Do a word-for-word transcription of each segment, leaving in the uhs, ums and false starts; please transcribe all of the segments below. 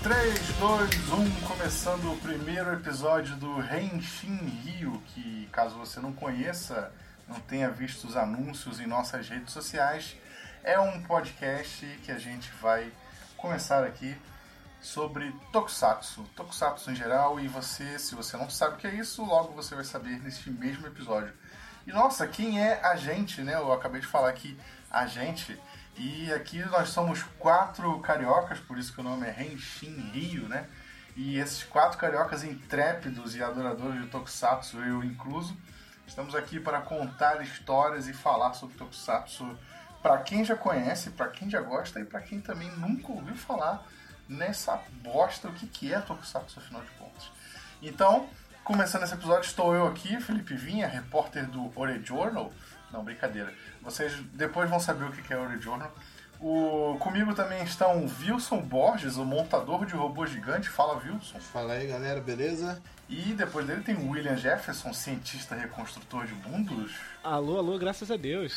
três, dois, um, começando o primeiro episódio do Henshin Rio, que caso você não conheça, não tenha visto os anúncios em nossas redes sociais, é um podcast que a gente vai começar aqui sobre Tokusatsu, Tokusatsu em geral, e você, se você não sabe o que é isso, logo você vai saber neste mesmo episódio. E nossa, quem é a gente, né? Eu acabei de falar aqui, a gente... E aqui nós somos quatro cariocas, por isso que o nome é Henshin Rio, né? E esses quatro cariocas intrépidos e adoradores de Tokusatsu, eu incluso, estamos aqui para contar histórias e falar sobre Tokusatsu para quem já conhece, para quem já gosta e para quem também nunca ouviu falar nessa bosta, o que, que é Tokusatsu, afinal de contas. Então, começando esse episódio, estou eu aqui, Felipe Vinha, repórter do Ore Journal. Não, brincadeira. Vocês depois vão saber o que é Ore Journal. O... Comigo também estão Wilson Borges, o montador de robô gigante. Fala, Wilson. Fala aí, galera, beleza? E depois dele tem o William Jefferson, cientista reconstrutor de mundos. Alô, alô, graças a Deus.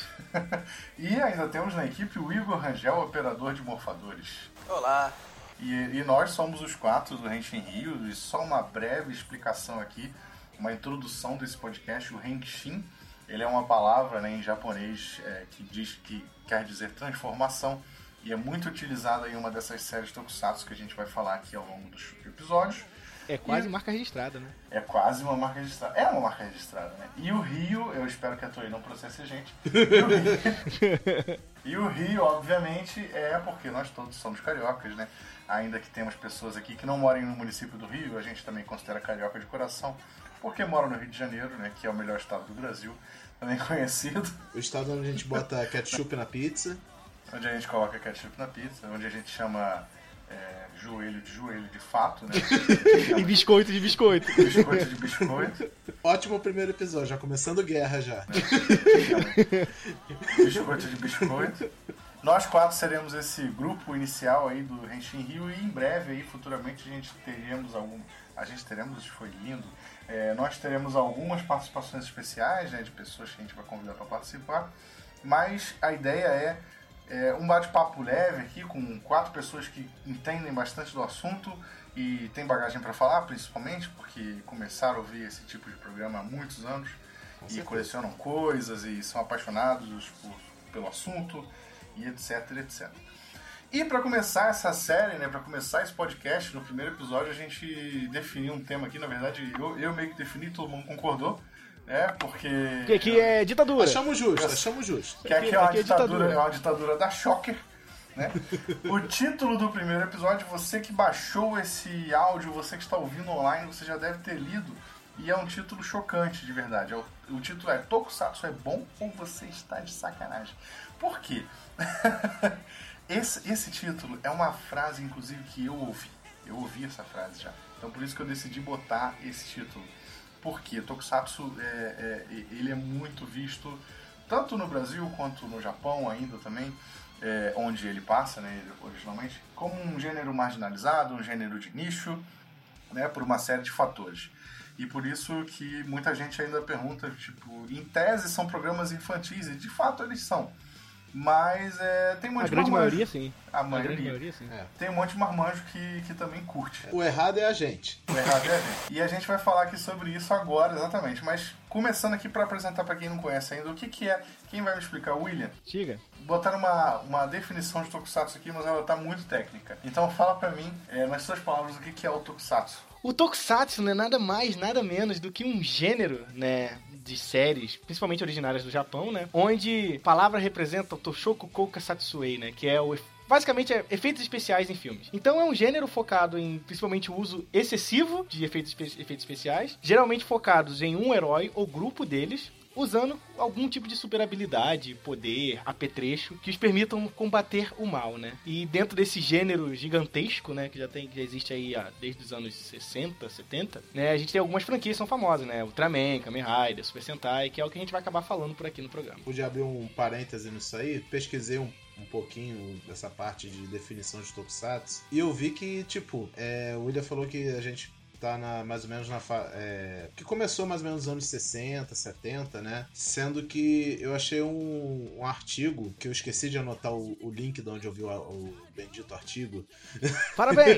E ainda temos na equipe o Igor Rangel, operador de morfadores. Olá. E, e nós somos os quatro do Henshin Rio. E só uma breve explicação aqui, uma introdução desse podcast. O Henshin, ele é uma palavra, né, em japonês é, que diz que quer dizer transformação e é muito utilizada em uma dessas séries Tokusatsu que a gente vai falar aqui ao longo dos episódios. É quase e marca registrada, né? É quase uma marca registrada. É uma marca registrada, né? E o Rio, eu espero que a Toei não processe a gente. E o Rio, e o Rio, obviamente, é porque nós todos somos cariocas, né? Ainda que temos pessoas aqui que não morem no município do Rio, a gente também considera carioca de coração, porque mora no Rio de Janeiro, né? Que é o melhor estado do Brasil, também conhecido. O estado onde a gente bota ketchup na pizza. Onde a gente coloca ketchup na pizza, onde a gente chama é, joelho de joelho de fato, né? E biscoito de biscoito. Biscoito de biscoito. Ótimo primeiro episódio, já começando guerra já. Biscoito de biscoito. Nós quatro seremos esse grupo inicial aí do Henshin Rio e em breve aí, futuramente, a gente teremos algum... A gente teremos, isso foi lindo. É, nós teremos algumas participações especiais, né, de pessoas que a gente vai convidar para participar. Mas a ideia é, é um bate-papo leve aqui com quatro pessoas que entendem bastante do assunto e tem bagagem para falar, principalmente, porque começaram a ouvir esse tipo de programa há muitos anos e colecionam coisas e são apaixonados por, pelo assunto e etc, etcétera. E para começar essa série, né, para começar esse podcast, no primeiro episódio a gente definiu um tema aqui, na verdade eu, eu meio que defini, todo mundo concordou, né, porque... Porque aqui é ditadura. Achamos justo, achamos justo. Que aqui é uma, aqui é ditadura, ditadura. é uma ditadura da Shocker, né? O título do primeiro episódio, você que baixou esse áudio, você que está ouvindo online, você já deve ter lido, e é um título chocante, de verdade. É o, o título é Tokusatsu é bom ou você está de sacanagem? Por quê? Esse, esse título é uma frase, inclusive, que eu ouvi. Eu ouvi essa frase já. Então, por isso que eu decidi botar esse título. Por quê? Tokusatsu, é, é, ele é muito visto, tanto no Brasil quanto no Japão ainda também, é, onde ele passa, né, originalmente, como um gênero marginalizado, um gênero de nicho, né, por uma série de fatores. E por isso que muita gente ainda pergunta, tipo, em tese são programas infantis, e de fato eles são. Mas é, tem um monte A de grande marmanjo. maioria, sim. A A maioria. grande maioria, sim. É. Tem um monte de marmanjo que, que também curte. O errado é a gente. O errado é a gente. E a gente vai falar aqui sobre isso agora, exatamente. Mas começando aqui para apresentar para quem não conhece ainda, o que, que é... Quem vai me explicar? William? Diga. Botaram uma, uma definição de Tokusatsu aqui, mas ela tá muito técnica. Então fala para mim, é, nas suas palavras, o que, que é o Tokusatsu. O Tokusatsu não é nada mais, nada menos do que um gênero, né, de séries, principalmente originárias do Japão, né, onde a palavra representa o Toshoku Kouka Satsuei, né, que é o basicamente é efeitos especiais em filmes. Então é um gênero focado em, principalmente, o uso excessivo de efeitos, espe- efeitos especiais, geralmente focados em um herói ou grupo deles, usando algum tipo de super habilidade, poder, apetrecho, que os permitam combater o mal, né? E dentro desse gênero gigantesco, né, que já, tem, que já existe aí ah, desde os anos sessenta, setenta, né, a gente tem algumas franquias que são famosas, né? Ultraman, Kamen Rider, Super Sentai, que é o que a gente vai acabar falando por aqui no programa. Pude abrir um parêntese nisso aí, pesquisei um um pouquinho dessa parte de definição de Tokusatsu e eu vi que, tipo, é, o William falou que a gente tá na, mais ou menos na... Fa... É, que começou mais ou menos nos anos sessenta, setenta, né? Sendo que eu achei um, um artigo, que eu esqueci de anotar o, o link de onde eu vi o, o bendito artigo. Parabéns!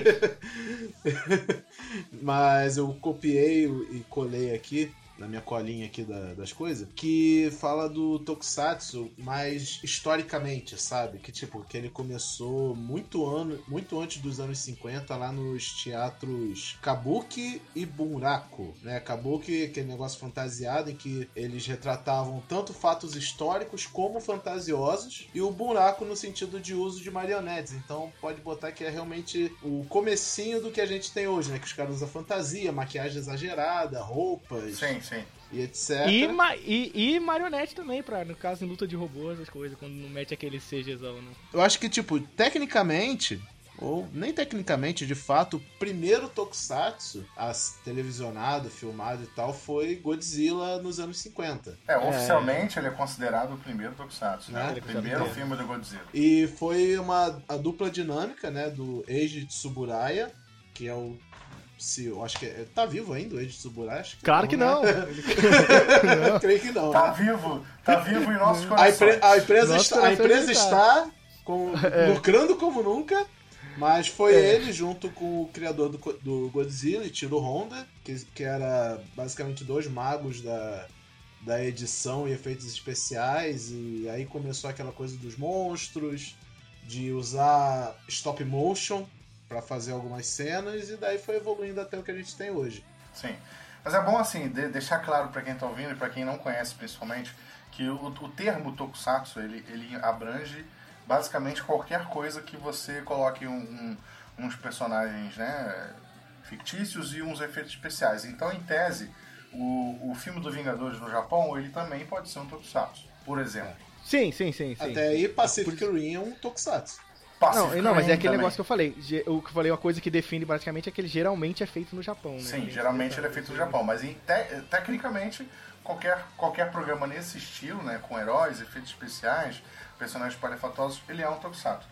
Mas eu copiei e colei aqui, na minha colinha aqui da, das coisas, que fala do Tokusatsu, mas historicamente, sabe? Que tipo, que ele começou muito, ano, muito antes dos anos cinquenta, lá nos teatros Kabuki e Bunraku, né? Kabuki, aquele negócio fantasiado em que eles retratavam tanto fatos históricos como fantasiosos, e o Bunraku no sentido de uso de marionetes. Então pode botar que é realmente o comecinho do que a gente tem hoje, né? Que os caras usam fantasia, maquiagem exagerada, roupas... Sim, sim. E etcétera. E, ma e, e marionete também, pra, no caso, em luta de robôs, essas coisas, quando não mete aquele CGzão, né? Eu acho que, tipo, tecnicamente, ou nem tecnicamente, de fato, o primeiro Tokusatsu a televisionado, filmado e tal, foi Godzilla nos anos cinquenta. É, oficialmente é. ele é considerado o primeiro Tokusatsu, né? né? O primeiro filme do Godzilla. E foi uma a dupla dinâmica, né, do Eiji Tsuburaya, que é o Se, eu acho que é, tá vivo ainda o Eiji Tsuburaya? Acho que claro não, que né? não. não. Creio que não. Tá né? vivo, tá vivo em nossos A, corações. empre, a empresa Nosso está, a empresa está com, É. lucrando como nunca, mas foi É. ele junto com o criador do, do Godzilla, Ichiro Honda, que, que era basicamente dois magos da, da edição e efeitos especiais, e aí começou aquela coisa dos monstros, de usar stop motion pra fazer algumas cenas, e daí foi evoluindo até o que a gente tem hoje. Sim. Mas é bom, assim, de, deixar claro pra quem tá ouvindo e pra quem não conhece principalmente, que o, o termo Tokusatsu, ele, ele abrange basicamente qualquer coisa que você coloque um, um, uns personagens, né, fictícios e uns efeitos especiais. Então, em tese, o, o filme do Vingadores no Japão, ele também pode ser um Tokusatsu, por exemplo. Sim, sim, sim, sim. Até aí, Pacific Rim é um Tokusatsu. Não, não, mas é aquele também. negócio que eu falei. O que eu falei, uma coisa que define basicamente é que ele geralmente é feito no Japão, né? Sim, geralmente ele é feito no Japão, mas em te, tecnicamente qualquer, qualquer programa nesse estilo, né, com heróis, efeitos especiais, personagens palefatosos, ele é um Tokusatsu.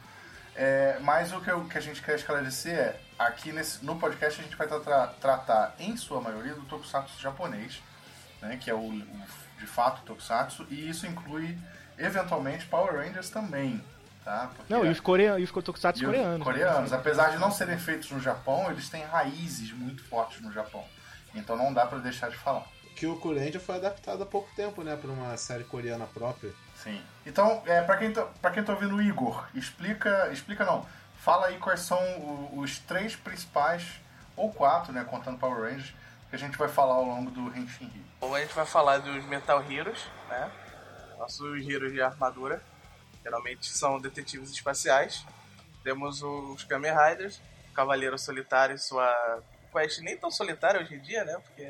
É, mas o que, eu, que a gente quer esclarecer é, aqui nesse, no podcast a gente vai tra tratar, em sua maioria, do Tokusatsu japonês, né, que é o, o de fato Tokusatsu, e isso inclui eventualmente Power Rangers também. Tá? Não, e os, coreanos, e os Tokusatsu e coreanos. coreanos, né? Apesar de não serem feitos no Japão, eles têm raízes muito fortes no Japão. Então não dá pra deixar de falar. Que o Kyurendia foi adaptado há pouco tempo, né, pra uma série coreana própria. Sim. Então, é, pra, quem tá, pra quem tá ouvindo o Igor, explica, explica não, fala aí quais são o, os três principais, ou quatro, né, contando Power Rangers, que a gente vai falar ao longo do Henshin Rio. Bom, a gente vai falar dos Metal Heroes, né, nossos heroes de armadura. Geralmente são detetives espaciais. Temos os Kamen Riders, Cavaleiro Solitário e sua quest nem tão solitária hoje em dia, né? Porque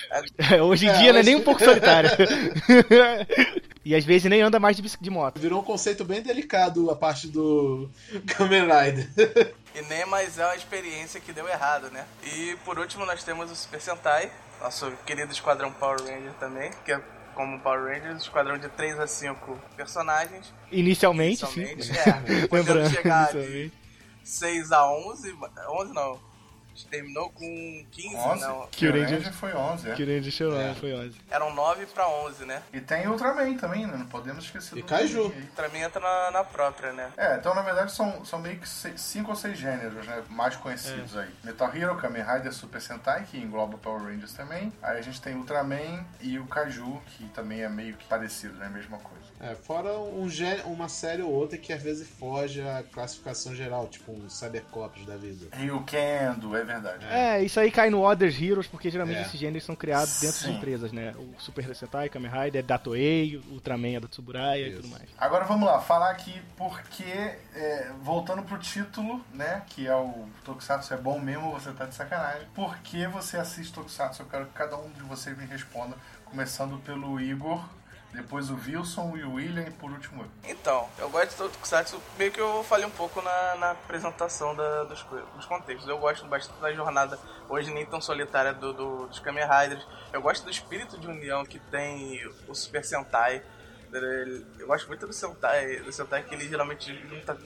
É, hoje em é, dia hoje... não é nem um pouco solitário. E às vezes nem anda mais de, de moto. Virou um conceito bem delicado a parte do Kamen Rider. E nem mais é uma experiência que deu errado, né? E por último nós temos o Super Sentai, nosso querido Esquadrão Power Ranger também, que é como Power Rangers, esquadrão de três a cinco personagens. Inicialmente, Inicialmente sim. É, podendo chegar inicialmente. de seis a onze, onze não, terminou com quinze, onze? não. Kyurendia foi onze, é. Kyurendia foi, é. foi onze. Eram nove pra onze, né? E tem Ultraman também, né? Não podemos esquecer e do Kaiju. Ultraman entra na, na própria, né? É, então na verdade são, são meio que seis, cinco ou seis gêneros, né? Mais conhecidos é. aí. Metal Hero, Kamen Rider, Super Sentai, que engloba Power Rangers também. Aí a gente tem Ultraman e o Kaiju, que também é meio que parecido, né? Mesma coisa. É, fora um gê- uma série ou outra que às vezes foge à classificação geral, tipo um Cybercops da vida. Ryukendo, é verdade. É, isso aí cai no Other Heroes, porque geralmente É. esses gêneros são criados dentro Sim. de empresas, né? O Super Sentai, Kamen Rider, é da Toei, o Ultraman é da Tsuburaya Isso. e tudo mais. Agora vamos lá, falar aqui porque, é, voltando pro título, né, que é o Tokusatsu é bom mesmo, você tá de sacanagem. Por que você assiste Tokusatsu? Eu quero que cada um de vocês me responda, começando pelo Igor, depois o Wilson e o William e por último eu. Então, eu gosto de Tokusatsu, meio que eu falei um pouco na, na apresentação da, dos, dos contextos. Eu gosto bastante da jornada, hoje nem tão solitária, do, do, dos Kamen Riders. Eu gosto do espírito de união que tem o Super Sentai. Eu gosto muito do Sentai, do Sentai que ele geralmente junta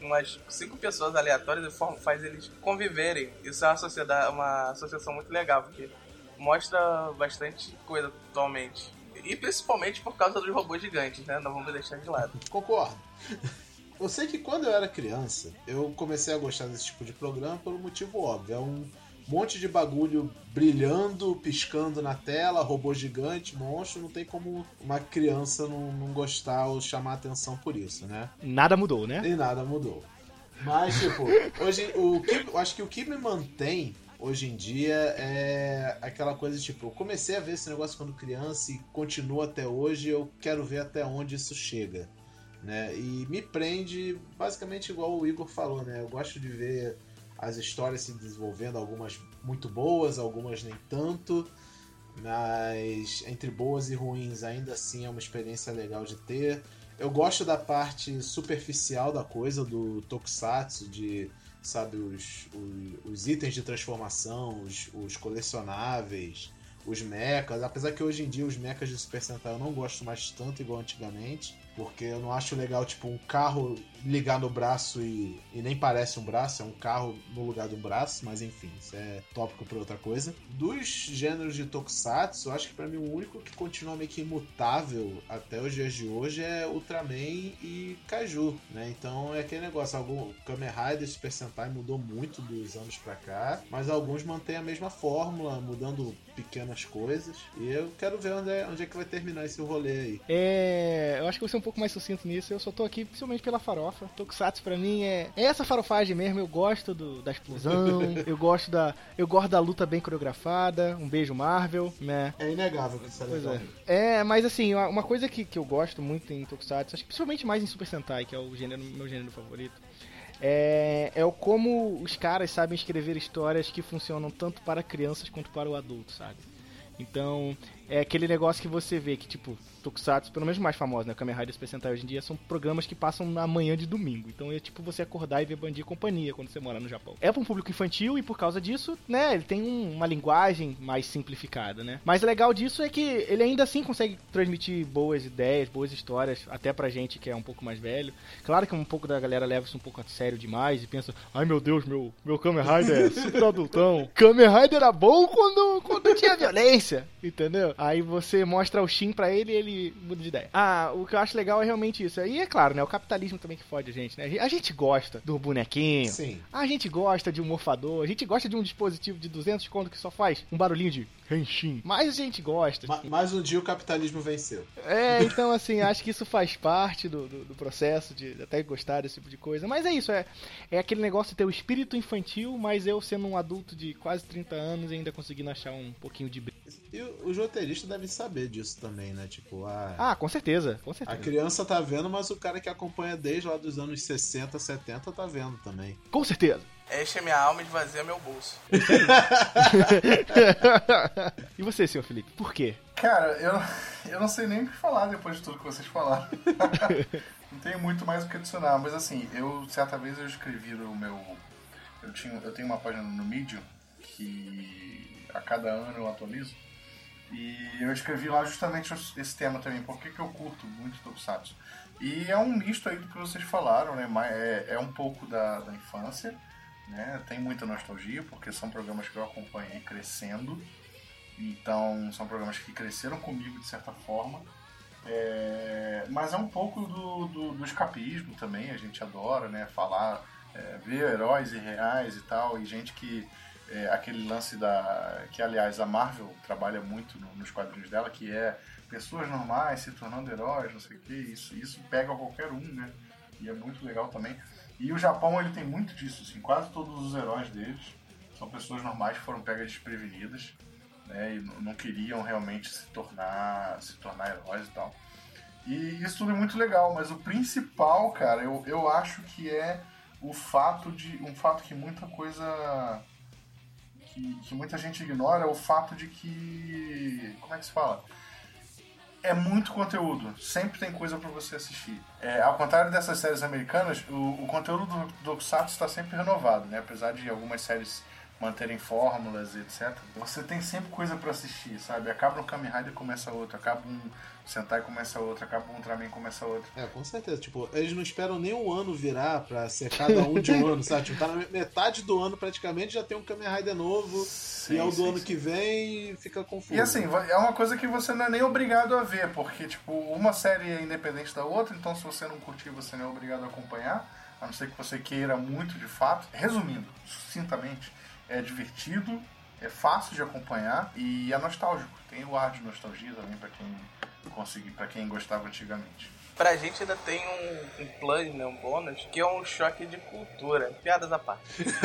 umas cinco pessoas aleatórias e forma, faz eles conviverem. Isso é uma, sociedade, uma associação muito legal, porque mostra bastante coisa atualmente. E principalmente por causa dos robôs gigantes, né? Não vamos deixar de lado. Concordo. Eu sei que quando eu era criança, eu comecei a gostar desse tipo de programa por um motivo óbvio. É um monte de bagulho brilhando, piscando na tela, robô gigante, monstro. Não tem como uma criança não, não gostar ou chamar atenção por isso, né? Nada mudou, né? E nada mudou. Mas, tipo, hoje, o que, eu acho que o que me mantém hoje em dia é aquela coisa, tipo, eu comecei a ver esse negócio quando criança e continua até hoje, eu quero ver até onde isso chega, né? E me prende basicamente igual o Igor falou, né? Eu gosto de ver as histórias se desenvolvendo, algumas muito boas, algumas nem tanto, mas entre boas e ruins ainda assim é uma experiência legal de ter. Eu gosto da parte superficial da coisa, do tokusatsu, de, sabe, os, os, os itens de transformação, os, os colecionáveis, os mechas, apesar que hoje em dia os mechas de Super Sentai eu não gosto mais tanto igual antigamente, porque eu não acho legal, tipo, um carro ligar no braço e, e nem parece um braço, é um carro no lugar de um braço, mas enfim, isso é tópico pra outra coisa. Dos gêneros de Tokusatsu, eu acho que pra mim o único que continua meio que imutável até os dias de hoje é Ultraman e Kaiju, né? Então é aquele negócio, algum Kamen Rider, Super Sentai mudou muito dos anos pra cá, mas alguns mantêm a mesma fórmula, mudando pequenas coisas, e eu quero ver onde é, onde é que vai terminar esse rolê aí. É, eu acho que você é um pouco mais sucinto nisso, eu só tô aqui principalmente pela farofa. Tokusatsu pra mim é, é essa farofagem mesmo, eu gosto do, da explosão, eu gosto da eu gosto da luta bem coreografada, um beijo Marvel, né? É inegável que isso é Pois legal. é. É, mas assim, uma uma coisa que, que eu gosto muito em Tokusatsu, acho que principalmente mais em Super Sentai, que é o gênero, meu gênero favorito, é, é o como os caras sabem escrever histórias que funcionam tanto para crianças quanto para o adulto, sabe? Então, é aquele negócio que você vê que, tipo, Tokusatsu, pelo menos mais famoso, né? Kamen Rider Super Sentai hoje em dia, são programas que passam na manhã de domingo. Então é tipo você acordar e ver Band e Companhia quando você mora no Japão. É para um público infantil e por causa disso, né? Ele tem um, uma linguagem mais simplificada, né? Mas o legal disso é que ele ainda assim consegue transmitir boas ideias, boas histórias, até pra gente que é um pouco mais velho. Claro que um pouco da galera leva isso um pouco a sério demais e pensa, ai meu Deus, meu, meu Kamen Rider é super adultão. Kamen Rider era bom quando, quando tinha violência, entendeu? Aí você mostra o Shin pra ele e ele muda de ideia. Ah, o que eu acho legal é realmente isso. E é claro, né? O capitalismo também que fode a gente, né? A gente gosta do bonequinho. Sim. A gente gosta de um morfador. A gente gosta de um dispositivo de duzentos conto que só faz um barulhinho de Henshin. Mas a gente gosta. Ma- mais um dia o capitalismo venceu. É, então assim, acho que isso faz parte do, do, do processo de até gostar desse tipo de coisa. Mas é isso, é, é aquele negócio de ter o espírito infantil, mas eu sendo um adulto de quase trinta anos ainda conseguindo achar um pouquinho de brilho. E o- os roteiristas devem saber disso também, né? Tipo, a, Ah, com certeza, com a certeza. criança tá vendo, mas o cara que acompanha desde lá dos anos sessenta, setenta tá vendo também. Com certeza. Enche minha alma e esvazia meu bolso. E você, senhor Felipe, por quê? Cara, eu, eu não sei nem o que falar depois de tudo que vocês falaram. Não tenho muito mais o que adicionar, mas assim, eu certa vez eu escrevi no meu... Eu, tinha, eu tenho uma página no Medium que a cada ano eu atualizo. E eu escrevi lá justamente esse tema também, por que que eu curto muito Tokusatsu. E é um misto aí do que vocês falaram, né? É, é um pouco da, da infância, né? Tem muita nostalgia, porque são programas que eu acompanhei crescendo. Então, são programas que cresceram comigo de certa forma. É, mas é um pouco do, do, do escapismo também, a gente adora, né? Falar, é, ver heróis irreais e tal, e gente que... É, aquele lance da... que, aliás, a Marvel trabalha muito no, nos quadrinhos dela, que é pessoas normais se tornando heróis, não sei o que, isso, isso pega qualquer um, né? E é muito legal também. E o Japão, ele tem muito disso, assim, quase todos os heróis deles são pessoas normais que foram pegas desprevenidas, né? E n- não queriam realmente se tornar, se tornar heróis e tal. E isso tudo é muito legal, mas o principal, cara, eu, eu acho que é o fato de... um fato que muita coisa... Que, que muita gente ignora é o fato de que... Como é que se fala? É muito conteúdo. Sempre tem coisa pra você assistir. É, ao contrário dessas séries americanas, o, o conteúdo do, do Tokusatsu está sempre renovado, né? Apesar de algumas séries manterem fórmulas, etcétera. Você tem sempre coisa pra assistir, sabe? Acaba um Kamen Rider e começa outro, acaba um Sentai e começa outro, acaba um Ultraman e começa outro. É, com certeza. Tipo, eles não esperam nem um ano virar pra ser cada um de um ano, sabe? Tipo, tá na metade do ano praticamente, já tem um Kamen Rider novo, sim, e é o do sim, ano sim. que vem e fica confuso. E assim, é uma coisa que você não é nem obrigado a ver, porque, tipo, uma série é independente da outra, então se você não curtir, você não é obrigado a acompanhar, a não ser que você queira muito de fato. Resumindo, sucintamente, é divertido, é fácil de acompanhar e é nostálgico. Tem o ar de nostalgia também pra quem conseguir, para quem gostava antigamente. Pra gente ainda tem um, um plus, né, um bônus, que é um choque de cultura. Piadas à parte.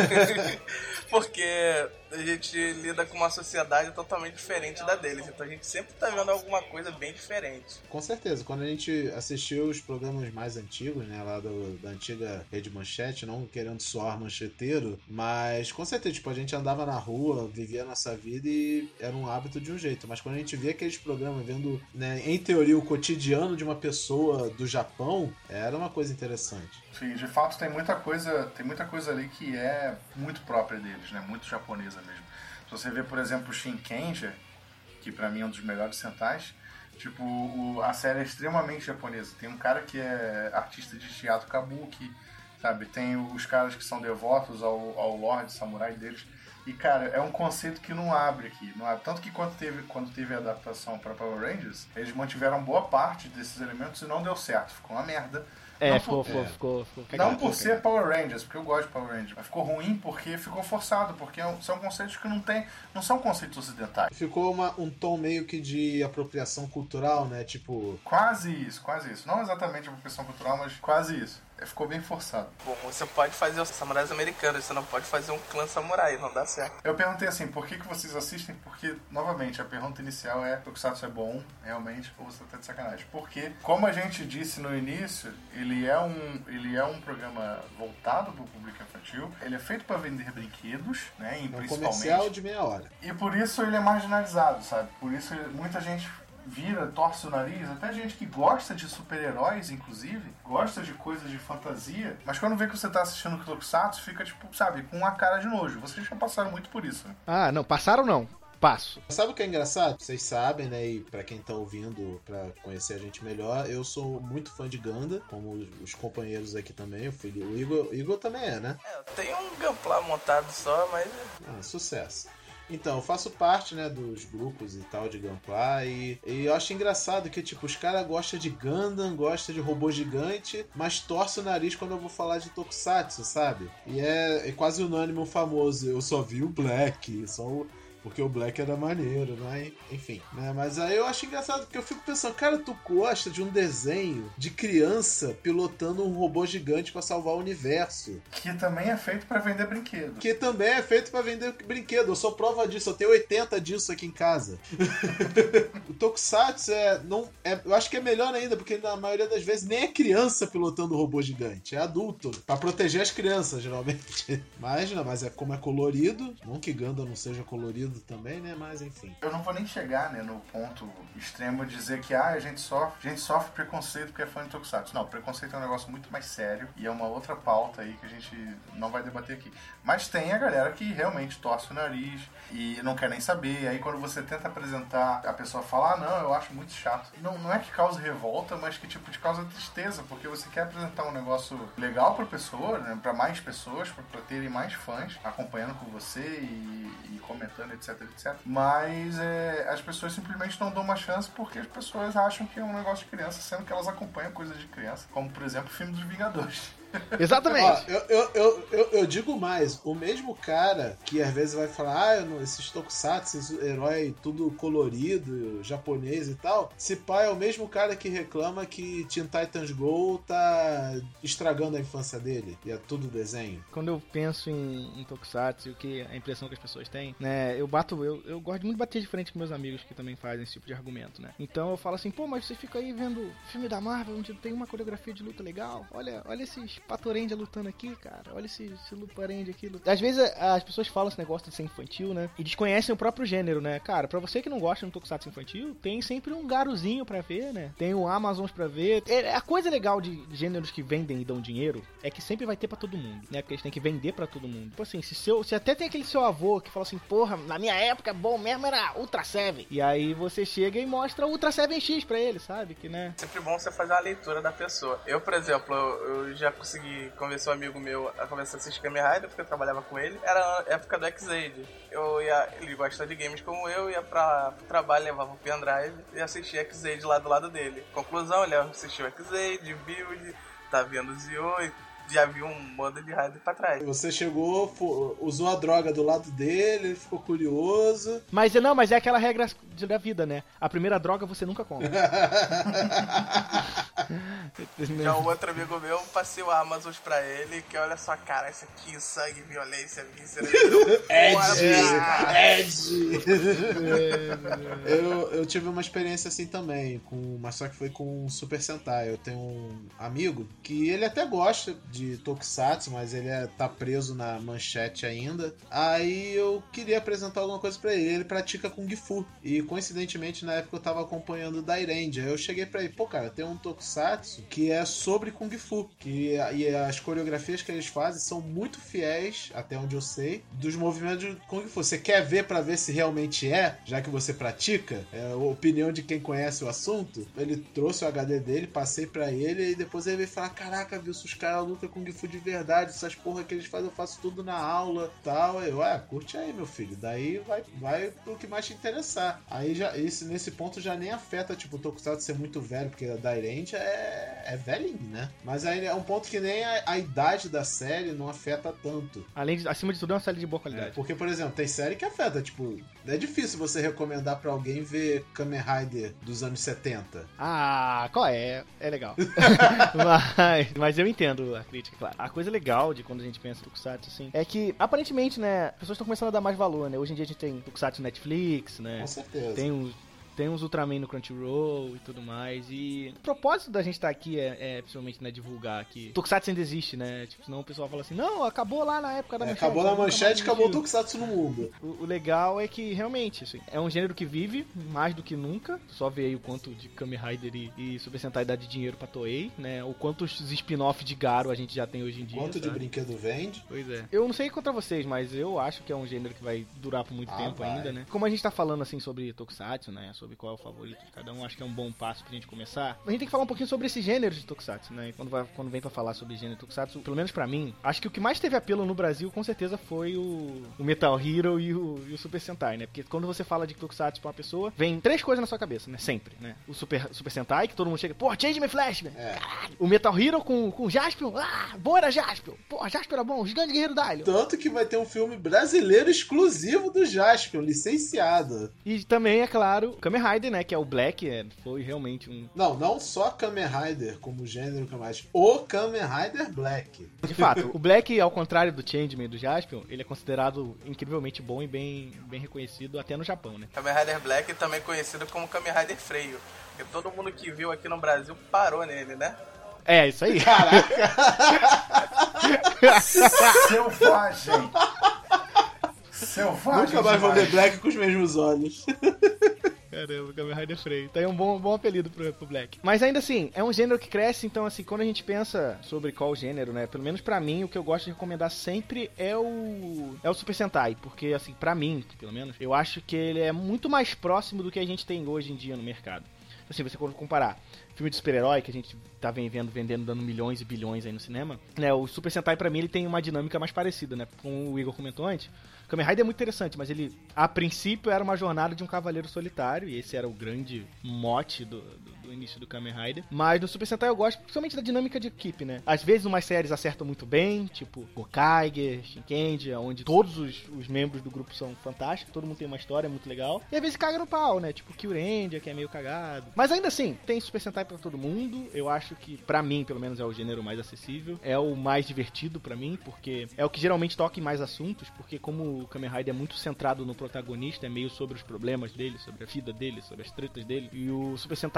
Porque a gente lida com uma sociedade totalmente diferente da deles. Então a gente sempre tá vendo alguma coisa bem diferente. Com certeza. Quando a gente assistiu os programas mais antigos, né, lá do, da antiga Rede Manchete, não querendo soar mancheteiro, mas com certeza, tipo, a gente andava na rua, vivia a nossa vida e era um hábito de um jeito. Mas quando a gente via aqueles programas, vendo, né, em teoria, o cotidiano de uma pessoa do Japão, era uma coisa interessante. Sim, de fato tem muita coisa, tem muita coisa ali que é muito própria deles, né? Muito japonesa mesmo. Se você vê, por exemplo, o Shinkenger, que pra mim é um dos melhores sentais, tipo, o, a série é extremamente japonesa. Tem um cara que é artista de teatro kabuki, sabe? Tem os caras que são devotos ao, ao Lorde Samurai deles. E, cara, é um conceito que não abre aqui. Não abre. Tanto que quando teve, quando teve a adaptação para Power Rangers, eles mantiveram boa parte desses elementos e não deu certo. Ficou uma merda. É, não ficou, por, ficou, é. ficou, ficou. Não por ser Power Rangers, porque eu gosto de Power Rangers, mas ficou ruim porque ficou forçado, porque são conceitos que não tem, não são conceitos ocidentais. Ficou uma, um tom meio que de apropriação cultural, né? Tipo... Quase isso, quase isso. Não exatamente apropriação cultural, mas quase isso. Ficou bem forçado. Bom, você pode fazer os samurais americanos, você não pode fazer um clã samurai, não dá certo. Eu perguntei assim, por que, que vocês assistem? Porque, novamente, a pergunta inicial é: Tokusatsu é bom, realmente, ou você tá de sacanagem? Porque, como a gente disse no início, ele é um, ele é um programa voltado para o público infantil, ele é feito para vender brinquedos, né, e um principalmente... comercial de meia hora. E por isso ele é marginalizado, sabe? Por isso muita gente vira, torce o nariz, até gente que gosta de super-heróis, inclusive, gosta de coisas de fantasia, mas quando vê que você tá assistindo o Tokusatsu, fica, tipo, sabe, com uma cara de nojo. Vocês já passaram muito por isso, né? Ah, não, passaram não. Passo. Sabe o que é engraçado? Vocês sabem, né? E pra quem tá ouvindo, pra conhecer a gente melhor, eu sou muito fã de Gundam, como os companheiros aqui também. O filho, o Igor, o Igor também é, né? É, eu tenho um Gunpla montado só, mas... Ah, sucesso. Então, eu faço parte, né, dos grupos e tal de Gunpla e, e eu acho engraçado que, tipo, os caras gostam de Gundam, gostam de robô gigante, mas torce o nariz quando eu vou falar de Tokusatsu, sabe? E é, é quase unânime o famoso, eu só vi o Black, só o... porque o Black era maneiro, né? Enfim, né? Mas aí eu acho engraçado, porque eu fico pensando, cara, tu gosta de um desenho de criança pilotando um robô gigante pra salvar o universo. Que também é feito pra vender brinquedo. Que também é feito pra vender brinquedo. Eu sou prova disso, eu tenho oitenta disso aqui em casa. O Tokusatsu é, não, é... Eu acho que é melhor ainda, porque na maioria das vezes nem é criança pilotando um robô gigante, é adulto. Pra proteger as crianças, geralmente. Mas, não, mas é como é colorido, não que Gundam não seja colorido também, né? Mas enfim. Eu não vou nem chegar, né, no ponto extremo de dizer que ah, a gente sofre, a gente sofre preconceito porque é fã de Tokusatsu. Não, preconceito é um negócio muito mais sério e é uma outra pauta aí que a gente não vai debater aqui. Mas tem a galera que realmente torce o nariz e não quer nem saber. E aí quando você tenta apresentar, a pessoa fala, ah, não, eu acho muito chato. Não, não é que causa revolta, mas que tipo de causa tristeza, porque você quer apresentar um negócio legal pra pessoa, né, pra mais pessoas, pra, pra terem mais fãs acompanhando com você e, e comentando, etc, etc. Mas é, as pessoas simplesmente não dão uma chance porque as pessoas acham que é um negócio de criança, sendo que elas acompanham coisas de criança, como por exemplo o filme dos Vingadores. Exatamente. Ó, eu, eu, eu, eu, eu digo mais, o mesmo cara que às vezes vai falar, ah, eu não, esses tokusatsu, esses herói tudo colorido, japonês e tal, esse pai é o mesmo cara que reclama que Teen Titans Go tá estragando a infância dele, e é tudo desenho. Quando eu penso em, em tokusatsu, o que a impressão que as pessoas têm, né, eu bato, eu, eu gosto muito de bater de frente com meus amigos que também fazem esse tipo de argumento, né. Então eu falo assim, pô, mas você fica aí vendo filme da Marvel onde tem uma coreografia de luta legal, olha, olha esses Patorange lutando aqui, cara. Olha esse, esse Luparange aqui. Lutando. Às vezes as pessoas falam esse negócio de ser infantil, né? E desconhecem o próprio gênero, né? Cara, pra você que não gosta de um tokusatsu infantil, tem sempre um garozinho pra ver, né? Tem o Amazon pra ver. É, a coisa legal de gêneros que vendem e dão dinheiro é que sempre vai ter pra todo mundo, né? Porque eles têm que vender pra todo mundo. Tipo assim, se, seu, se até tem aquele seu avô que fala assim, porra, na minha época, bom mesmo era Ultra Seven. E aí você chega e mostra Ultra Seven X pra ele, sabe? Que, né? Sempre bom você fazer uma leitura da pessoa. Eu, por exemplo, eu, eu já consegui convencer um amigo meu a começar a assistir Kamen Rider, porque eu trabalhava com ele. Era a época do X-Aid. Eu ia, ele gosta de games como eu, ia pra pro trabalho, levava um pendrive e assistia X-Aid lá do lado dele. Conclusão, ele assistiu X-Aid, Build, tá vendo o Zio e já viu um modo de Rider pra trás. Você chegou, usou a droga do lado dele, ficou curioso. Mas não, mas é aquela regra da vida, né? A primeira droga você nunca compra. Já um outro amigo meu, passei o Amazon pra ele, que olha só, cara, isso aqui, sangue, violência, víscera. Ed! Ed! eu, eu tive uma experiência assim também, com, mas só que foi com Super Sentai. Eu tenho um amigo que ele até gosta de Tokusatsu, mas ele é, tá preso na manchete ainda. Aí eu queria apresentar alguma coisa pra ele. Ele pratica Kung Fu. E coincidentemente na época eu tava acompanhando o Dairendia. Aí eu cheguei pra ele, pô cara, tem um Tokusatsu que é sobre Kung Fu. Que, e as coreografias que eles fazem são muito fiéis, até onde eu sei, dos movimentos de Kung Fu. Você quer ver pra ver se realmente é, já que você pratica? É a opinião de quem conhece o assunto. Ele trouxe o H D dele, passei pra ele e depois ele veio falar, caraca, viu, se os caras lutam Kung Fu de verdade, essas porra que eles fazem, eu faço tudo na aula e tal. Eu, ué, curte aí, meu filho. Daí vai, vai pro que mais te interessar. Aí já, esse, nesse ponto já nem afeta, tipo, o Tokusatsu ser muito velho, porque a Dairendia é, é velhinho, né? Mas aí é um ponto que nem a, a idade da série não afeta tanto. Além de, acima de tudo, é uma série de boa qualidade. É, porque, por exemplo, tem série que afeta, tipo, é difícil você recomendar pra alguém ver Kamen Rider dos anos setenta. Ah, qual é? É legal. mas, mas eu entendo a crítica, claro. A coisa legal de quando a gente pensa em Tokusatsu, assim, é que, aparentemente, né, as pessoas estão começando a dar mais valor, né? Hoje em dia a gente tem Tokusatsu Netflix, né? Com certeza. Tem os Tem uns Ultraman no Crunchyroll e tudo mais. E o propósito da gente estar tá aqui é, é principalmente, né, divulgar que Tokusatsu ainda existe, né? Tipo, senão o pessoal fala assim, não, acabou lá na época da é, manchete. Acabou na manchete, acabou o Tokusatsu no mundo. O, o legal é que, realmente, assim, é um gênero que vive mais do que nunca. Só ver aí o quanto de Kamen Rider e, e Super Sentai dá de dinheiro pra Toei, né? O quantos spin-off de Garo a gente já tem hoje em dia. Quanto sabe? de brinquedo vende. Pois é. Eu não sei contra vocês, mas eu acho que é um gênero que vai durar por muito ah, tempo vai. ainda, né? Como a gente tá falando, assim, sobre Tokusatsu, né? Sobre qual é o favorito de cada um, acho que é um bom passo pra gente começar. A gente tem que falar um pouquinho sobre esse gênero de Tokusatsu, né? Quando, vai, quando vem pra falar sobre gênero de Tokusatsu, pelo menos pra mim, acho que o que mais teve apelo no Brasil, com certeza, foi o, o Metal Hero e o, e o Super Sentai, né? Porque quando você fala de Tokusatsu pra uma pessoa, vem três coisas na sua cabeça, né? Sempre, né? O Super, Super Sentai, que todo mundo chega, pô, Change Me Flash, velho. É. Caralho. O Metal Hero com, com Jaspion, ah, boa era Jaspion. Pô, Jaspion era bom, Gigante Guerreiro Dalion. Tanto que vai ter um filme brasileiro exclusivo do Jaspion, licenciado. E também, é claro, Kamen Rider, né? Que é o Black, é, foi realmente um... Não, não só Kamen Rider como gênero, mas o Kamen Rider Black. De fato, o Black, ao contrário do Changeman e do Jaspion, ele é considerado incrivelmente bom e bem, bem reconhecido até no Japão, né? Kamen Rider Black também conhecido como Kamen Rider Freio. Porque todo mundo que viu aqui no Brasil parou nele, né? É, isso aí. Caraca! Selvagem! Selvagem! Nunca mais vou ver Black com os mesmos olhos. Caramba, Kamen Rider Freio. Tá aí um bom, bom apelido pro, pro Black. Mas ainda assim, é um gênero que cresce, então assim, quando a gente pensa sobre qual gênero, né, pelo menos pra mim, o que eu gosto de recomendar sempre é o é o Super Sentai, porque assim, pra mim, pelo menos, eu acho que ele é muito mais próximo do que a gente tem hoje em dia no mercado. Assim, você comparar filme de super-herói que a gente tá vendo, vendendo, dando milhões e bilhões aí no cinema, né, o Super Sentai pra mim ele tem uma dinâmica mais parecida, né, como o Igor comentou antes. O Kamen Rider é muito interessante, mas ele, a princípio, era uma jornada de um cavaleiro solitário, e esse era o grande mote do, do, do início do Kamen Rider. Mas no Super Sentai eu gosto principalmente da dinâmica de equipe, né? Às vezes umas séries acertam muito bem, tipo Gokaiger, Shinkendi, onde todos os, os membros do grupo são fantásticos, todo mundo tem uma história muito legal. E às vezes caga no pau, né? Tipo Kyurendia, que é meio cagado. Mas ainda assim, tem Super Sentai pra todo mundo. Eu acho que, pra mim, pelo menos, é o gênero mais acessível. É o mais divertido pra mim, porque é o que geralmente toca em mais assuntos, porque como o Kamen Rider é muito centrado no protagonista, é meio sobre os problemas dele, sobre a vida dele, sobre as tretas dele. E o Super Sentai, por ser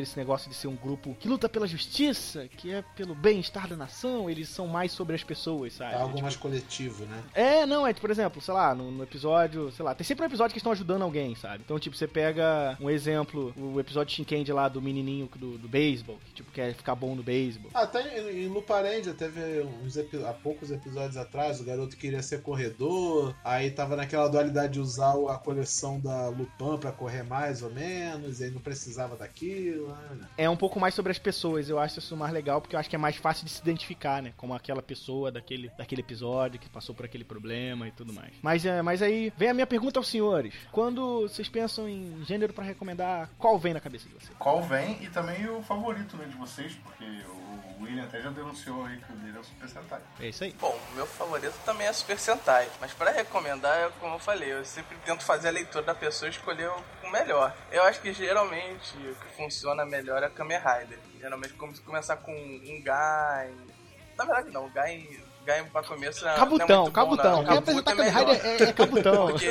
esse negócio de ser um grupo que luta pela justiça, que é pelo bem-estar da nação, eles são mais sobre as pessoas, sabe? É algo tipo... mais coletivo, né? É, não, é, por exemplo, sei lá, no, no episódio, sei lá, tem sempre um episódio que estão ajudando alguém, sabe? Então, tipo, você pega um exemplo, o episódio Shinkendi lá do menininho do, do beisebol, que, tipo, quer ficar bom no beisebol. Ah, até em, em Luparendia, teve uns epi- há poucos episódios atrás, o garoto queria ser corredor, aí tava naquela dualidade de usar a coleção da Lupin pra correr mais ou menos, e aí não precisava daquilo, né? É um pouco mais sobre as pessoas, eu acho isso mais legal, porque eu acho que é mais fácil de se identificar, né? Como aquela pessoa daquele, daquele episódio que passou por aquele problema e tudo mais. Mas, é, mas aí, vem a minha pergunta aos senhores. Quando vocês pensam em gênero pra recomendar, qual vem na cabeça de vocês? Qual vem e também o favorito, né, de vocês, porque o William até já denunciou aí que o dele é o Super Sentai. É isso aí. Bom, meu favorito também é Super Sentai, mas pra recomendar, como eu falei, eu sempre tento fazer a leitura da pessoa e escolher o melhor. Eu acho que geralmente o que funciona melhor é a Kamen Rider. Geralmente começar com um Gai. Na verdade não, o Gai... Gaim pra começo é Cabutão, não é muito cabutão. bom, não. Quem apresentar Kamen é melhor. Rider é, é cabutão. Porque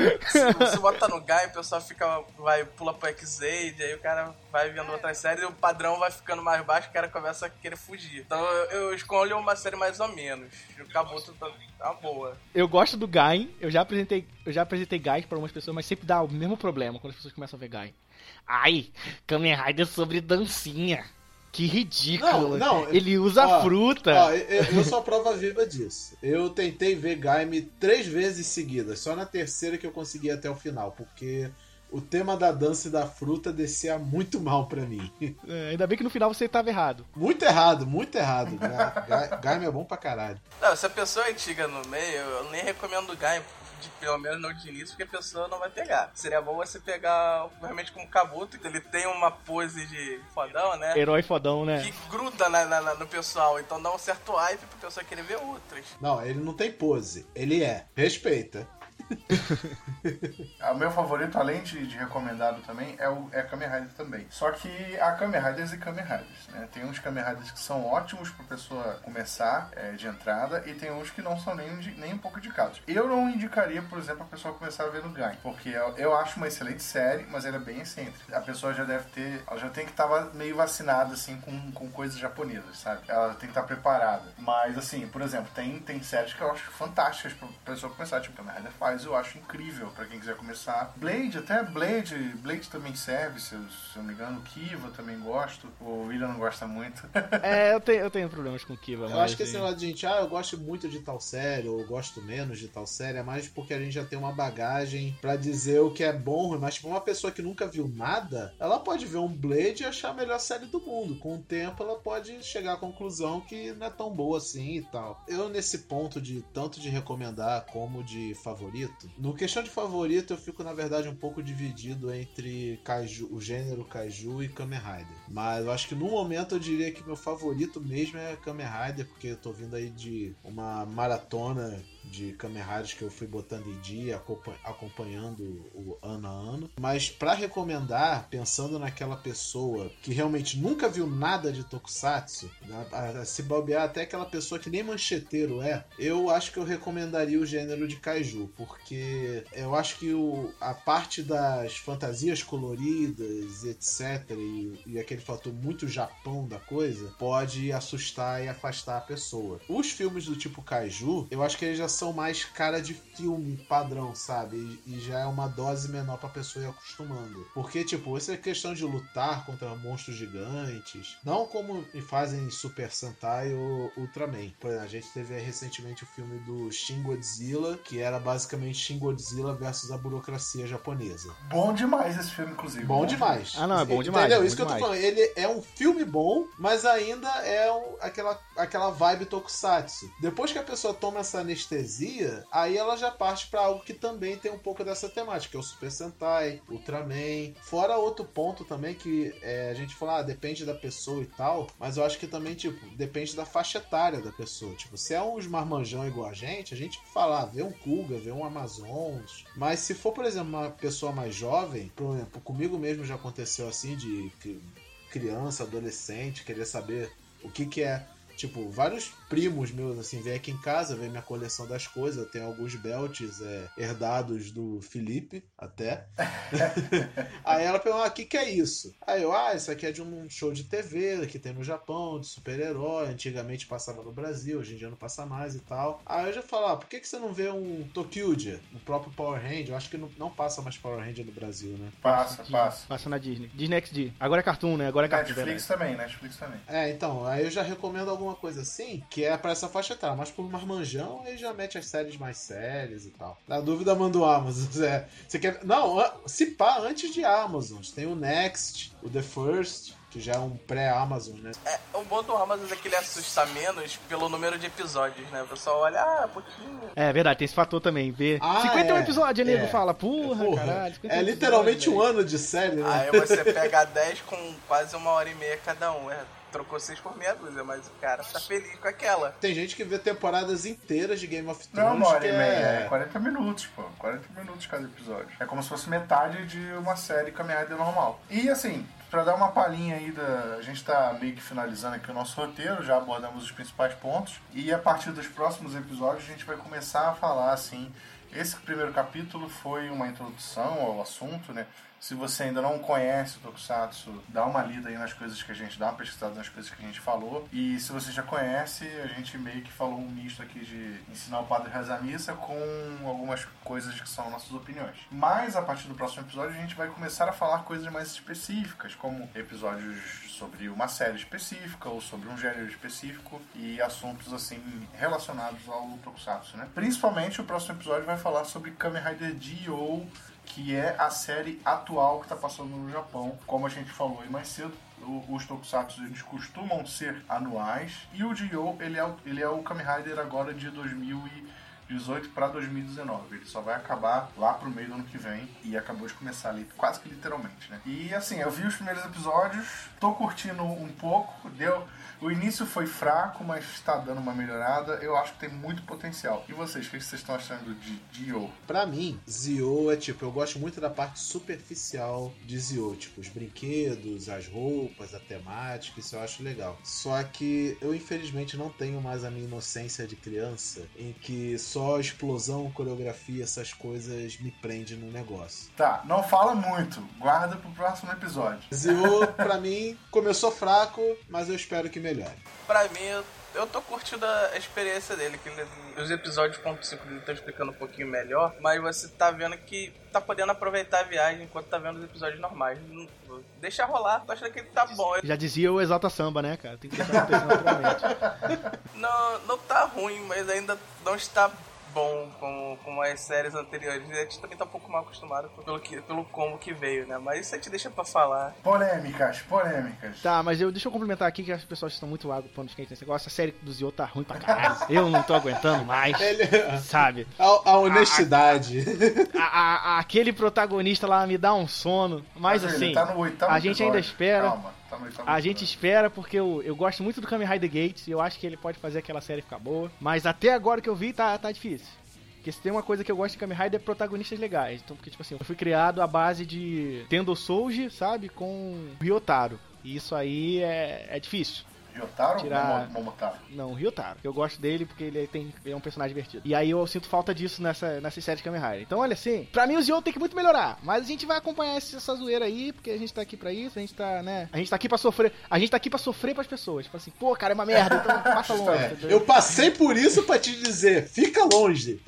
se você botar no Gaim, o pessoal fica, vai, pula pro X-Aid, aí o cara vai vendo outras séries e o padrão vai ficando mais baixo, o cara começa a querer fugir. Então eu, eu escolho uma série mais ou menos. O Kabuto tá, tá boa. Eu gosto do Gaim, eu já apresentei, eu já apresentei Gaim pra algumas pessoas, mas sempre dá o mesmo problema quando as pessoas começam a ver Gaim. Ai, Kamen Rider sobre dancinha. Que ridículo. Não, não, ele usa ó, fruta. Ó, eu, eu sou a prova viva disso. Eu tentei ver Gaime três vezes seguidas. Só na terceira que eu consegui ir até o final. Porque o tema da dança e da fruta descia muito mal pra mim. É, ainda bem que no final você tava errado. Muito errado, muito errado. Ga- Ga- Gaime é bom pra caralho. Não, se a pessoa é antiga no meio, eu nem recomendo o Gaim. De, pelo menos não de início, porque a pessoa não vai pegar. Seria bom você pegar realmente como Kabuto, que ele tem uma pose de fodão, né? Herói fodão, né? Que gruda na, na, no pessoal, então dá um certo hype pro pessoal querer ver outras. Não, ele não tem pose. Ele é. Respeita. O meu favorito, além de, de recomendado também, é o é Kamen Rider também. Só que há Kamen Riders e Kamen Riders, né? Tem uns Kamen Riders que são ótimos pra pessoa começar é, de entrada e tem uns que não são nem, nem um pouco indicados. Eu não indicaria, por exemplo, a pessoa começar a ver no Gaim, porque eu, eu acho uma excelente série, mas ela é bem excêntrica. A pessoa já deve ter, ela já tem que estar meio vacinada, assim, com, com coisas japonesas, sabe? Ela tem que estar preparada. Mas, assim, por exemplo, tem, tem séries que eu acho fantásticas pra pessoa começar, tipo Kamen Rider faz, eu acho incrível pra quem quiser começar. Blade, até Blade, Blade também serve, se eu, se eu não me engano. Kiva também gosto. O William não gosta muito. É, eu tenho, eu tenho problemas com Kiva. Eu mas acho que esse assim, negócio de gente, ah, eu gosto muito de tal série, ou eu gosto menos de tal série, é mais porque a gente já tem uma bagagem pra dizer o que é bom, mas tipo, uma pessoa que nunca viu nada, ela pode ver um Blade e achar a melhor série do mundo. Com o tempo, ela pode chegar à conclusão que não é tão boa assim e tal. Eu, nesse ponto de tanto de recomendar como de favorito, no questão de favorito, eu fico, na verdade, um pouco dividido entre kaiju, o gênero Kaiju e Kamen Rider. Mas eu acho que no momento eu diria que meu favorito mesmo é Kamen Rider, porque eu tô vindo aí de uma maratona de Kamen Riders que eu fui botando em dia, acompanhando o ano a ano. Mas pra recomendar, pensando naquela pessoa que realmente nunca viu nada de Tokusatsu, se bobear até aquela pessoa que nem mancheteiro é, eu acho que eu recomendaria o gênero de Kaiju, porque eu acho que o, a parte das fantasias coloridas, etc, e, e aquele fator muito Japão da coisa, pode assustar e afastar a pessoa. Os filmes do tipo Kaiju, eu acho que eles já são mais cara de filme padrão, sabe? E, e já é uma dose menor pra pessoa ir acostumando. Porque, tipo, essa questão de lutar contra monstros gigantes, não como fazem Super Sentai ou Ultraman. Por exemplo, a gente teve aí recentemente o filme do Shin Godzilla, que era basicamente Shin Godzilla versus a burocracia japonesa. Bom demais esse filme, inclusive. Bom demais. Ah, não, é bom demais. Entendeu? É bom Isso que demais. eu tô falando. Ele é um filme bom, mas ainda é um, aquela, aquela vibe tokusatsu. Depois que a pessoa toma essa anestesia, aí ela já parte pra algo que também tem um pouco dessa temática, que é o Super Sentai, Ultraman. Fora outro ponto também que é, a gente fala, ah, depende da pessoa e tal, mas eu acho que também, tipo, depende da faixa etária da pessoa. Tipo, se é uns marmanjão igual a gente, a gente fala, ah, vê um Kuga, vê um Amazons. Mas se for, por exemplo, uma pessoa mais jovem, por exemplo, comigo mesmo já aconteceu assim, de criança, adolescente, querer saber o que que é tipo, vários primos meus, assim, vêm aqui em casa, vêm minha coleção das coisas, eu tenho alguns belts é, herdados do Felipe, até. Aí ela perguntou, ah, o que que é isso? Aí eu, ah, isso aqui é de um show de T V que tem no Japão, de super-herói, antigamente passava no Brasil, hoje em dia não passa mais e tal. Aí eu já falo, ah, por que que você não vê um Tokyuja, o próprio Power Ranger? Eu acho que não, não passa mais Power Ranger no Brasil, né? Passa, passa. Passa na Disney. Disney X D. Agora é Cartoon, né? Agora é Cartoon. Netflix também, Netflix também. É, então, aí eu já recomendo alguma coisa assim, que é pra essa faixa etária, mas por marmanjão, aí já mete as séries mais sérias e tal. Na dúvida, manda o Amazon. É, você quer... Não, se pá, antes de Amazon. Tem o Next, o The First, que já é um pré-Amazon, né? É, o bom do Amazon é que ele assusta menos pelo número de episódios, né? O pessoal olha, ah, pouquinho. É verdade, tem esse fator também. Ver Ah, cinquenta e um é, episódios, nego é. fala, porra, Porra, caralho. é literalmente um ano. ano de série, né? Aí você pega dez com quase uma hora e meia cada um. É, trocou seis por meia dúzia, mas o cara tá feliz com aquela. Tem gente que vê temporadas inteiras de Game of Não, Thrones. uma hora que e meia, é... é quarenta minutos, pô. quarenta minutos cada episódio. É como se fosse metade de uma série Kamen Rider normal. E assim, pra dar uma palhinha aí, da... a gente tá meio que finalizando aqui o nosso roteiro, já abordamos os principais pontos. E a partir dos próximos episódios a gente vai começar a falar, assim... Esse primeiro capítulo foi uma introdução ao assunto, né? Se você ainda não conhece o Tokusatsu, dá uma lida aí nas coisas que a gente dá, uma pesquisada nas coisas que a gente falou. E se você já conhece, a gente meio que falou um misto aqui de ensinar o padre a rezar a missa com algumas coisas que são nossas opiniões. Mas a partir do próximo episódio a gente vai começar a falar coisas mais específicas, como episódios sobre uma série específica ou sobre um gênero específico e assuntos assim relacionados ao Tokusatsu, né? Principalmente o próximo episódio vai falar sobre Kamen Rider Dio, que é a série atual que está passando no Japão. Como a gente falou aí mais cedo, os Tokusatsu eles costumam ser anuais, e o Dio ele é o, ele é o Kamen Rider agora de dois mil e dezoito para dois mil e dezenove. Ele só vai acabar lá pro meio do ano que vem, e acabou de começar ali, quase que literalmente, né? E assim, eu vi os primeiros episódios, tô curtindo um pouco, deu... O início foi fraco, mas está dando uma melhorada. Eu acho que tem muito potencial. E vocês, o que vocês estão achando de Dio? Pra mim, Zio é tipo, eu gosto muito da parte superficial de Zio, tipo, os brinquedos, as roupas, a temática, isso eu acho legal. Só que eu, infelizmente, não tenho mais a minha inocência de criança, em que só explosão, coreografia, essas coisas me prendem no negócio. Tá, não fala muito. Guarda pro próximo episódio. Zio, pra mim, começou fraco, mas eu espero que melhore. Pra mim, eu, eu tô curtindo a experiência dele, que ele, os episódios ponto cinco dele estão explicando um pouquinho melhor, mas você tá vendo que tá podendo aproveitar a viagem enquanto tá vendo os episódios normais. Não, deixa rolar, tô achando que ele tá bom. Já dizia o Exalta Samba, né, cara? Tem que deixar acontecer naturalmente. Não, não tá ruim, mas ainda não está bom como, como as séries anteriores. A gente também tá um pouco mal acostumado pelo, que, pelo como que veio, né? Mas isso a gente deixa pra falar. Polêmicas, polêmicas. Tá, mas eu, deixa eu complementar aqui que as pessoas estão muito água pano quente nesse negócio. A série do Zio tá ruim pra caralho. Eu não tô aguentando mais, Ele... sabe? A, a honestidade. A, a, a, aquele protagonista lá me dá um sono. Mas, Mas assim, ele tá no oitavo a gente episódio. ainda espera. Calma, tá no oitavo A gente episódio. espera porque eu, eu gosto muito do Kamen Rider Gates e eu acho que ele pode fazer aquela série ficar boa. Mas até agora que eu vi, tá, tá difícil. Porque se tem uma coisa que eu gosto de Kamen Rider é protagonistas legais. Então, porque, tipo assim, eu fui criado à base de Tendo Souji, sabe? Com Ryotaro. E isso aí é, é difícil. Ryotaro Tirar- ou Momotaro? Não, o Ryotaro. Eu gosto dele porque ele, tem, ele é um personagem divertido. E aí eu sinto falta disso nessa, nessa série de Kamen Rider. Então, olha assim, pra mim o Zio tem que muito melhorar. Mas a gente vai acompanhar essa, essa zoeira aí, porque a gente tá aqui pra isso, a gente tá, né? A gente tá aqui pra sofrer. A gente tá aqui pra sofrer pras pessoas. Tipo assim, pô, cara, é uma merda, então passa longe. É, entendeu? eu passei por isso pra te dizer, fica longe.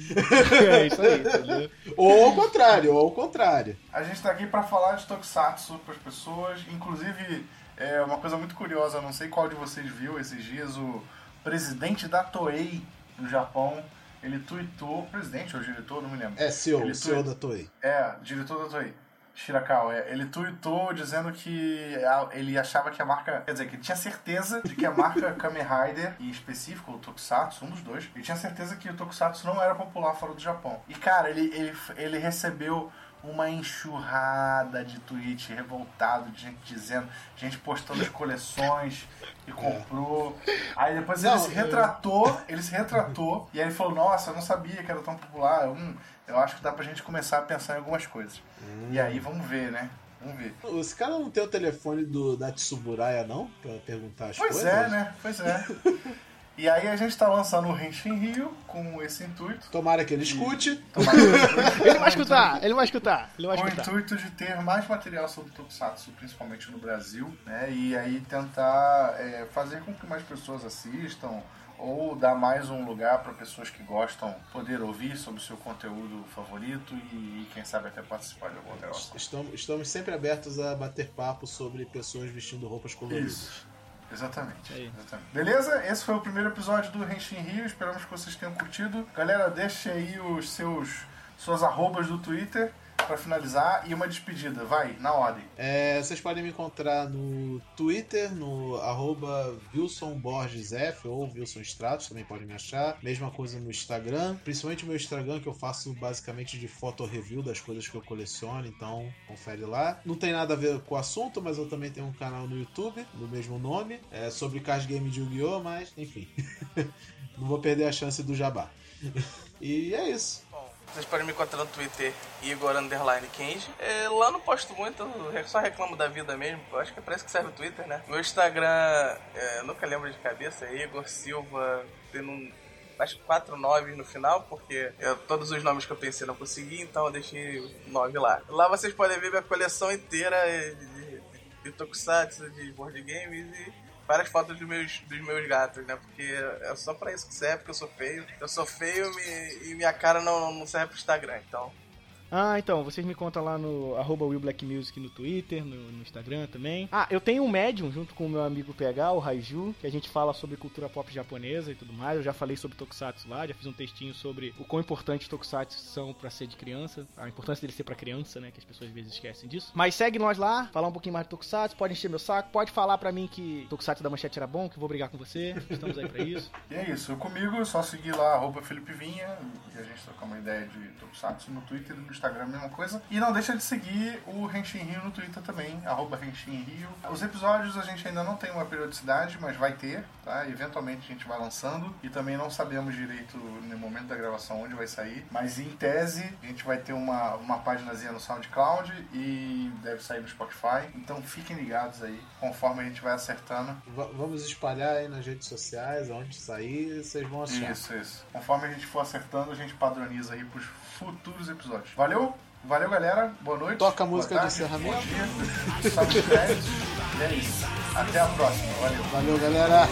É isso aí, entendeu? Ou ao contrário, ou ao contrário. A gente tá aqui pra falar de Tokusatsu pras pessoas. Inclusive, é uma coisa muito curiosa, não sei qual de vocês viu esses dias, o presidente da Toei no Japão, ele tweetou, presidente ou diretor, não me lembro. É, C E O, Ele C E O tui- da Toei. É, diretor da Toei. Shirakawa, é. Ele tweetou dizendo que a- ele achava que a marca... Quer dizer, que ele tinha certeza de que a marca Kamen Rider, em específico o Tokusatsu, um dos dois, ele tinha certeza que o Tokusatsu não era popular fora do Japão. E, cara, ele, ele, ele recebeu uma enxurrada de tweet revoltado, de gente dizendo, gente postando as coleções e comprou. Aí depois ele Não, se eu- retratou, ele se retratou, e aí ele falou, nossa, eu não sabia que era tão popular. Hum, eu acho que dá pra gente começar a pensar em algumas coisas. E aí vamos ver, né? Vamos ver. Esse cara não tem o telefone do, da Tsuburaya, não? Pra perguntar as pois coisas? Pois é, né? Pois é. E aí a gente tá lançando o Henshin Rio com esse intuito. Tomara que ele escute. Tomara que ele escute. Ele vai escutar, ele vai escutar, ele vai Com o escutar. intuito de ter mais material sobre Tokusatsu, principalmente no Brasil, né? E aí tentar é, fazer com que mais pessoas assistam, ou dar mais um lugar para pessoas que gostam poder ouvir sobre o seu conteúdo favorito e, quem sabe, até participar de alguma gravação. Estamos, estamos sempre abertos a bater papo sobre pessoas vestindo roupas coloridas. Isso. Exatamente, Aí. exatamente. Beleza? Esse foi o primeiro episódio do Henshin Rio. Esperamos que vocês tenham curtido. Galera, deixe aí os seus suas arrobas do Twitter para finalizar e uma despedida. Vai, na ordem. É, vocês podem me encontrar no Twitter, no arroba Wilson Borges F ou Wilson Stratos, também podem me achar. Mesma coisa no Instagram, principalmente o meu Instagram, que eu faço basicamente de foto review das coisas que eu coleciono, então confere lá. Não tem nada a ver com o assunto, mas eu também tenho um canal no YouTube, do mesmo nome, é sobre card game de Yu-Gi-Oh!, mas enfim, não vou perder a chance do jabá. E é isso. Vocês podem me encontrar no Twitter, Igor Underline Kenji. É, lá não posto muito, eu só reclamo da vida mesmo. Eu acho que é pra isso que serve o Twitter, né? Meu Instagram, é, eu nunca lembro de cabeça, é Igor Silva, tendo um, acho que quatro nove no final, porque eu, todos os nomes que eu pensei não consegui, então eu deixei nove lá. Lá vocês podem ver minha coleção inteira de, de, de Tokusatsu, de board games e várias fotos dos meus, dos meus gatos, né? Porque é só pra isso que serve, porque eu sou feio. Eu sou feio me, e minha cara não, não serve pro Instagram, então... Ah, então, vocês me contam lá no arroba Will Black Music no Twitter, no, no Instagram também. Ah, eu tenho um Medium junto com o meu amigo P H, o Raiju, que a gente fala sobre cultura pop japonesa e tudo mais. Eu já falei sobre Tokusatsu lá, já fiz um textinho sobre o quão importante Tokusatsu são pra ser de criança, a importância dele ser pra criança, né, que as pessoas às vezes esquecem disso. Mas segue nós lá, falar um pouquinho mais de Tokusatsu, pode encher meu saco, pode falar pra mim que Tokusatsu da Manchete era bom, que eu vou brigar com você, estamos aí pra isso. E é isso, comigo é só seguir lá, arroba Felipe Vinha, e a gente trocar uma ideia de Tokusatsu no Twitter e no Instagram, a mesma coisa. E não deixa de seguir o Henshin Rio no Twitter também, arroba Henshin Rio. Os episódios a gente ainda não tem uma periodicidade, mas vai ter, tá? Eventualmente a gente vai lançando, e também não sabemos direito no momento da gravação onde vai sair, mas em tese a gente vai ter uma, uma paginazinha no SoundCloud e deve sair no Spotify, então fiquem ligados aí, conforme a gente vai acertando. V- vamos espalhar aí nas redes sociais, onde sair, vocês vão achar. Isso, isso. Conforme a gente for acertando, a gente padroniza aí pros futuros episódios. Valeu? Valeu, galera. Boa noite. Toca a música boa de tarde, encerramento. Bom dia. Salve os créditos. E é isso. Até a próxima. Valeu. Valeu, galera.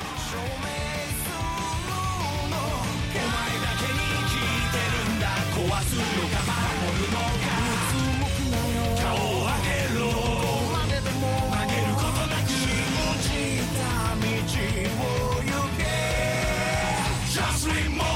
顔を上げろまででも曲げることなく落ちた道を行け Just remove